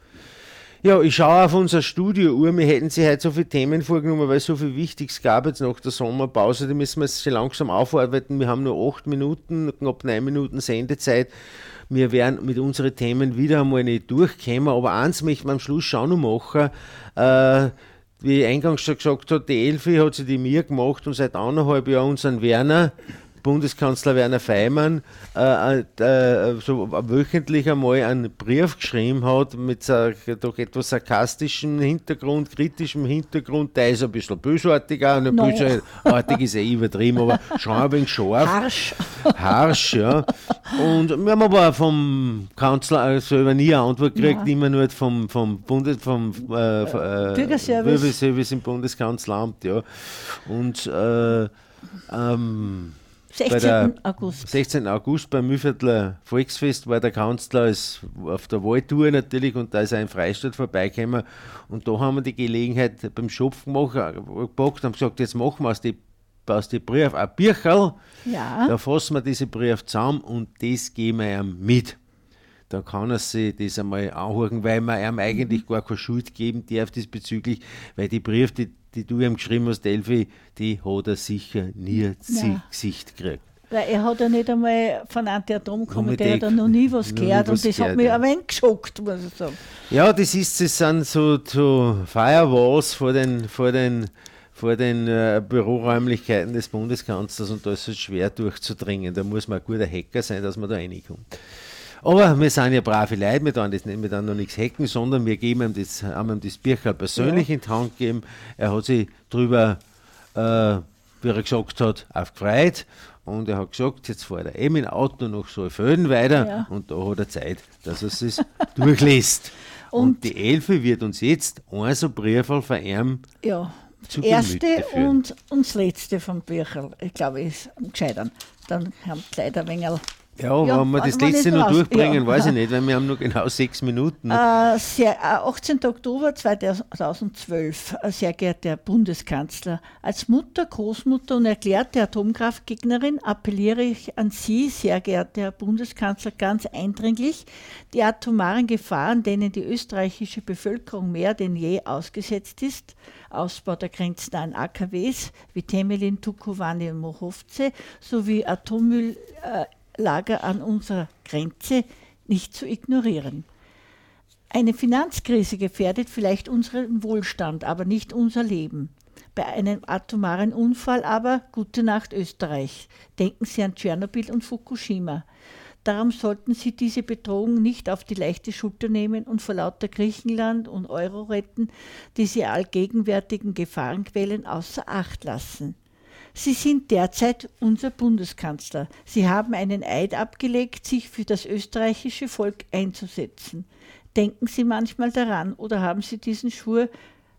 Ja, ich schaue auf unser Studio-Uhr, wir hätten sich heute so viele Themen vorgenommen, weil es so viel Wichtiges gab jetzt nach der Sommerpause, die müssen wir jetzt langsam aufarbeiten. Wir haben nur acht Minuten, knapp neun Minuten Sendezeit. Wir werden mit unseren Themen wieder einmal nicht durchkommen, aber eins möchten wir am Schluss schon noch machen. Äh, wie ich eingangs schon gesagt habe, die Elfi hat sich die mir gemacht und seit eineinhalb Jahren unseren Werner, Bundeskanzler Werner Feimann, äh, äh, so wöchentlich einmal einen Brief geschrieben hat mit äh, doch etwas sarkastischem Hintergrund, kritischem Hintergrund, der ist ein bisschen bösartig auch, no. Bösartig ist eh übertrieben, aber schon ein wenig scharf. Harsch. Harsch, ja. Und wir haben aber vom Kanzler selber nie eine Antwort gekriegt, ja. Immer nur vom, vom, Bundes, vom äh, äh, Bürgerservice. Bürgerservice im Bundeskanzleramt, ja. Und äh, ähm, sechzehnten August. sechzehnten August beim Mühlviertler Volksfest war der Kanzler als, auf der Waldtour natürlich und da ist er in Freistadt vorbeigekommen und da haben wir die Gelegenheit beim Schopf gemacht, gepackt, haben gesagt, jetzt machen wir aus dem aus die Brief ein Bircherl, ja. Da fassen wir diese Brief zusammen und das geben wir ihm mit. Da kann er sich das einmal anhören, weil man ihm eigentlich mhm. gar keine Schuld geben darf diesbezüglich, weil die Brief, die die du ihm geschrieben hast, Elfi, die hat er sicher nie zu Gesicht gekriegt. Weil er hat ja nicht einmal von Anti-Atom-Komitee, hat er noch nie was gehört und das hat mich ein wenig geschockt, muss ich sagen. Ja, das ist, das sind so, so Firewalls vor den, vor den, vor den äh, Büroräumlichkeiten des Bundeskanzlers und da ist es schwer durchzudringen. Da muss man ein guter Hacker sein, dass man da reinkommt. Aber wir sind ja brave Leute, wir tun das nicht, wir tun noch nichts hacken, sondern wir geben ihm das, haben ihm das Bircherl persönlich ja. in die Hand gegeben. Er hat sich darüber, äh, wie er gesagt hat, aufgefreut und er hat gesagt, jetzt fährt er eben im Auto noch so Föden weiter ja. und da hat er Zeit, dass er es durchliest. und, und die Elfi wird uns jetzt ein so Briefel von ihm ja. zu Das erste und, und das letzte vom Bircherl, ich glaube, ist am gescheitern. Dann haben die Leute ein wenig. Ja, ja, wenn wir das letzte noch durchbringen, ja. weiß ich nicht, weil wir haben nur genau sechs Minuten. Äh, sehr, äh, achtzehnten Oktober zweitausendzwölf, äh, sehr geehrter Herr Bundeskanzler, als Mutter, Großmutter und erklärte Atomkraftgegnerin appelliere ich an Sie, sehr geehrter Herr Bundeskanzler, ganz eindringlich, die atomaren Gefahren, denen die österreichische Bevölkerung mehr denn je ausgesetzt ist, Ausbau der grenznahen A K Ws wie Temelin, Dukovany und Mochovce sowie Atommüll äh, Lager an unserer Grenze nicht zu ignorieren. Eine Finanzkrise gefährdet vielleicht unseren Wohlstand, aber nicht unser Leben. Bei einem atomaren Unfall aber gute Nacht Österreich. Denken Sie an Tschernobyl und Fukushima. Darum sollten Sie diese Bedrohung nicht auf die leichte Schulter nehmen und vor lauter Griechenland und Euro retten, diese allgegenwärtigen Gefahrenquellen außer Acht lassen. Sie sind derzeit unser Bundeskanzler. Sie haben einen Eid abgelegt, sich für das österreichische Volk einzusetzen. Denken Sie manchmal daran oder haben Sie diesen Schwur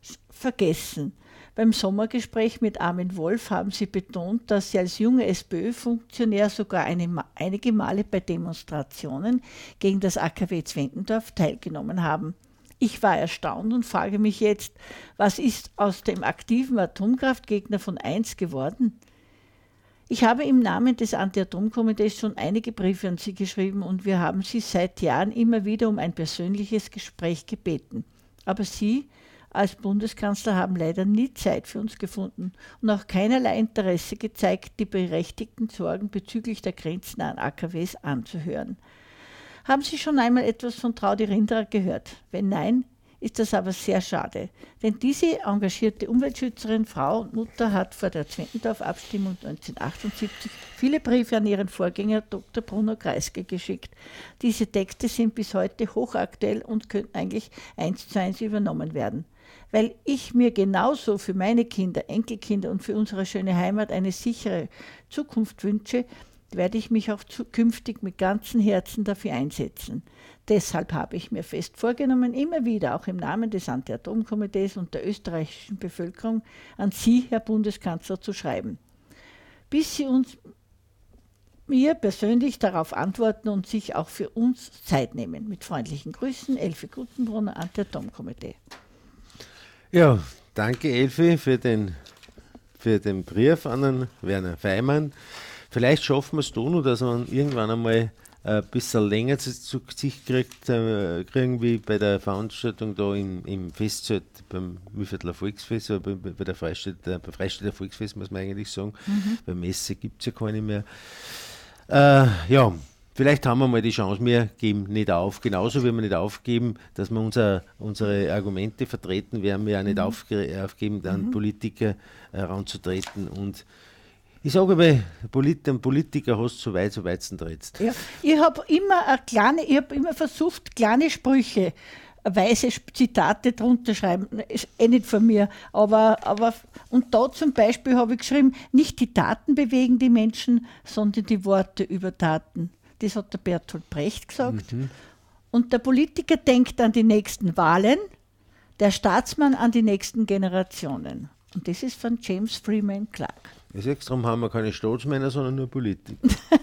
vergessen? Beim Sommergespräch mit Armin Wolf haben Sie betont, dass Sie als junger SPÖ-Funktionär sogar eine, einige Male bei Demonstrationen gegen das A K W Zwentendorf teilgenommen haben. Ich war erstaunt und frage mich jetzt, was ist aus dem aktiven Atomkraftgegner von eins geworden? Ich habe im Namen des Anti-Atom-Komitees schon einige Briefe an Sie geschrieben und wir haben Sie seit Jahren immer wieder um ein persönliches Gespräch gebeten. Aber Sie als Bundeskanzler haben leider nie Zeit für uns gefunden und auch keinerlei Interesse gezeigt, die berechtigten Sorgen bezüglich der grenznahen A K Ws anzuhören. Haben Sie schon einmal etwas von Traudi Rinderer gehört? Wenn nein, ist das aber sehr schade, denn diese engagierte Umweltschützerin, Frau und Mutter hat vor der Zwentendorf-Abstimmung neunzehnhundertachtundsiebzig viele Briefe an ihren Vorgänger Doktor Bruno Kreisky geschickt. Diese Texte sind bis heute hochaktuell und können eigentlich eins zu eins übernommen werden. Weil ich mir genauso für meine Kinder, Enkelkinder und für unsere schöne Heimat eine sichere Zukunft wünsche, werde ich mich auch zukünftig mit ganzem Herzen dafür einsetzen. Deshalb habe ich mir fest vorgenommen, immer wieder auch im Namen des Anti-Atom-Komitees und der österreichischen Bevölkerung an Sie, Herr Bundeskanzler, zu schreiben. Bis Sie uns mir persönlich darauf antworten und sich auch für uns Zeit nehmen. Mit freundlichen Grüßen, Elfi Guttenbrunner, Anti-Atom-Komitee. Ja, danke Elfi für den, für den Brief an den Werner Feimann. Vielleicht schaffen wir es da noch, dass man irgendwann einmal ein bisschen länger zu, zu Gesicht kriegt, äh, kriegen wie bei der Veranstaltung da im, im Festzelt beim Mühlviertler Volksfest, oder bei, bei der Freistädter, bei Freistädter Volksfest muss man eigentlich sagen. Mhm. Bei Messe gibt es ja keine mehr. Äh, ja, vielleicht haben wir mal die Chance, wir geben nicht auf. Genauso wie wir nicht aufgeben, dass wir unser, unsere Argumente vertreten, werden wir auch nicht mhm. aufge, aufgeben, dann mhm. Politiker heranzutreten. Und ich sage aber, Polit, ein Politiker hast so weit, so Weizen trittst. Ja, ich habe immer eine kleine, ich habe immer versucht, kleine Sprüche, weise Zitate drunter schreiben. Ist eh nicht von mir, aber, aber und da zum Beispiel habe ich geschrieben, nicht die Taten bewegen die Menschen, sondern die Worte über Taten. Das hat der Bertolt Brecht gesagt. Mhm. Und der Politiker denkt an die nächsten Wahlen, der Staatsmann an die nächsten Generationen. Und das ist von James Freeman Clarke. Ich sage, darum haben wir keine Staatsmänner, sondern nur Politiker.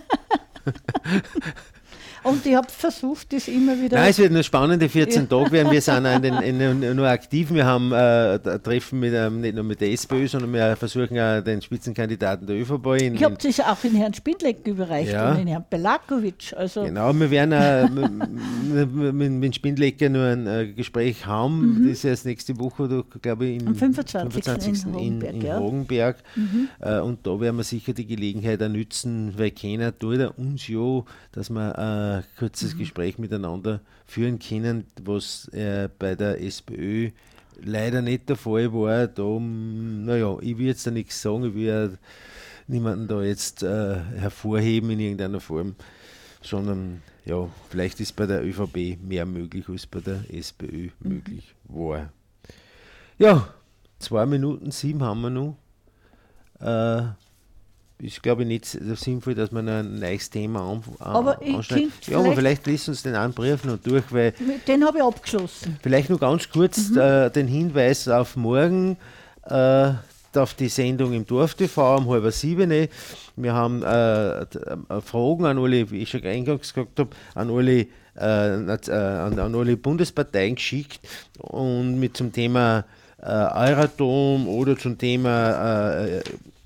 Und ich habe versucht, das immer wieder... Nein, es wird eine spannende vierzehn Tage werden. Wir sind auch in den, in, nur aktiv. Wir haben äh, ein Treffen mit, ähm, nicht nur mit der SPÖ, sondern wir versuchen auch den Spitzenkandidaten der ÖVP. In, ich habe das auch in Herrn Spindleck überreicht ja. und in Herrn Belakovic. Also genau, wir werden auch mit, mit Spindlecker nur ein äh, Gespräch haben. Mhm. Das ist erst nächste Woche, oder, glaube ich, am fünfundzwanzigsten in Hogenberg. In, in ja. Hogenberg. Mhm. Äh, und da werden wir sicher die Gelegenheit auch nützen, weil keiner tut er uns ja, dass wir äh, ein kurzes mhm. Gespräch miteinander führen können, was äh, bei der SPÖ leider nicht der Fall war. Da, naja, ich will jetzt da nichts sagen, ich will ja niemanden da jetzt äh, hervorheben in irgendeiner Form, sondern ja, vielleicht ist bei der ÖVP mehr möglich, als bei der SPÖ mhm. möglich war. Ja, zwei Minuten sieben haben wir noch. Äh, ist, glaube ich, nicht so sinnvoll, dass man ein neues Thema an, an, aber anschneidet. Ja, aber vielleicht liest uns den einen Brief noch durch, weil... Den habe ich abgeschlossen. Vielleicht noch ganz kurz mhm. äh, den Hinweis auf morgen, äh, auf die Sendung im Dorf-T V um halb sieben. Wir haben äh, Fragen an alle, wie ich schon eingangs gesagt habe, an alle, äh, an, an alle Bundesparteien geschickt und mit zum Thema äh, Euratom oder zum Thema äh,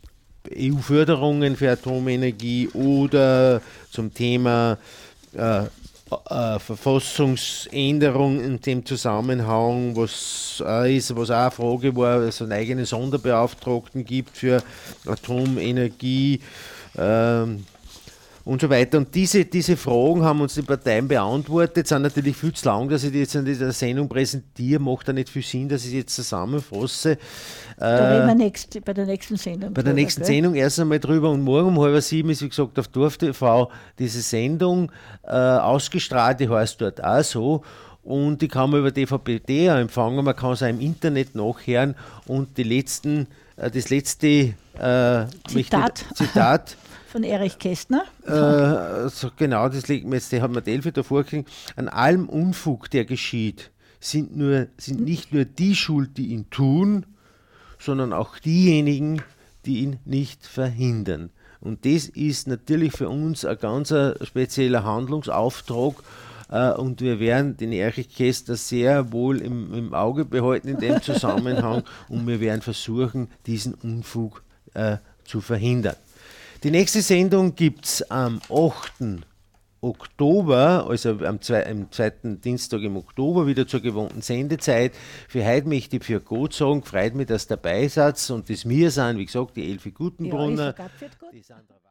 E U-Förderungen für Atomenergie oder zum Thema äh, äh, Verfassungsänderung in dem Zusammenhang, was äh, ist, was auch eine Frage war, es einen eigenen Sonderbeauftragten gibt für Atomenergie ähm, und so weiter. Und diese, diese Fragen haben uns die Parteien beantwortet, sind natürlich viel zu lang, dass ich die jetzt in dieser Sendung präsentiere, macht da nicht viel Sinn, dass ich sie jetzt zusammenfasse. Da reden wir nächst, bei der nächsten Sendung. Bei der drüber, nächsten gell? Sendung erst einmal drüber und morgen um halb sieben ist, wie gesagt, auf Dorf-T V diese Sendung äh, ausgestrahlt, die heißt dort auch so. Und die kann man über D V B T empfangen, man kann es auch im Internet nachhören und die letzten, äh, das letzte äh, Zitat. Möchte, Zitat von Erich Kästner. Äh, so genau, das liegt mir jetzt, die hat mir Delphi davor gekriegt. An allem Unfug, der geschieht, sind, nur, sind nicht nur die schuld, die ihn tun, sondern auch diejenigen, die ihn nicht verhindern. Und das ist natürlich für uns ein ganz spezieller Handlungsauftrag, äh, und wir werden den Erich Kästner sehr wohl im, im Auge behalten in dem Zusammenhang und wir werden versuchen, diesen Unfug äh, zu verhindern. Die nächste Sendung gibt es am achten Oktober, also am, zwei, am zweiten Dienstag im Oktober, wieder zur gewohnten Sendezeit. Für heute möchte ich für Gott sagen, freut mich, dass ihr dabei seid und das wir sind, wie gesagt, die Elfi Gutenbrunner. Ja, ich sag auch für Gott.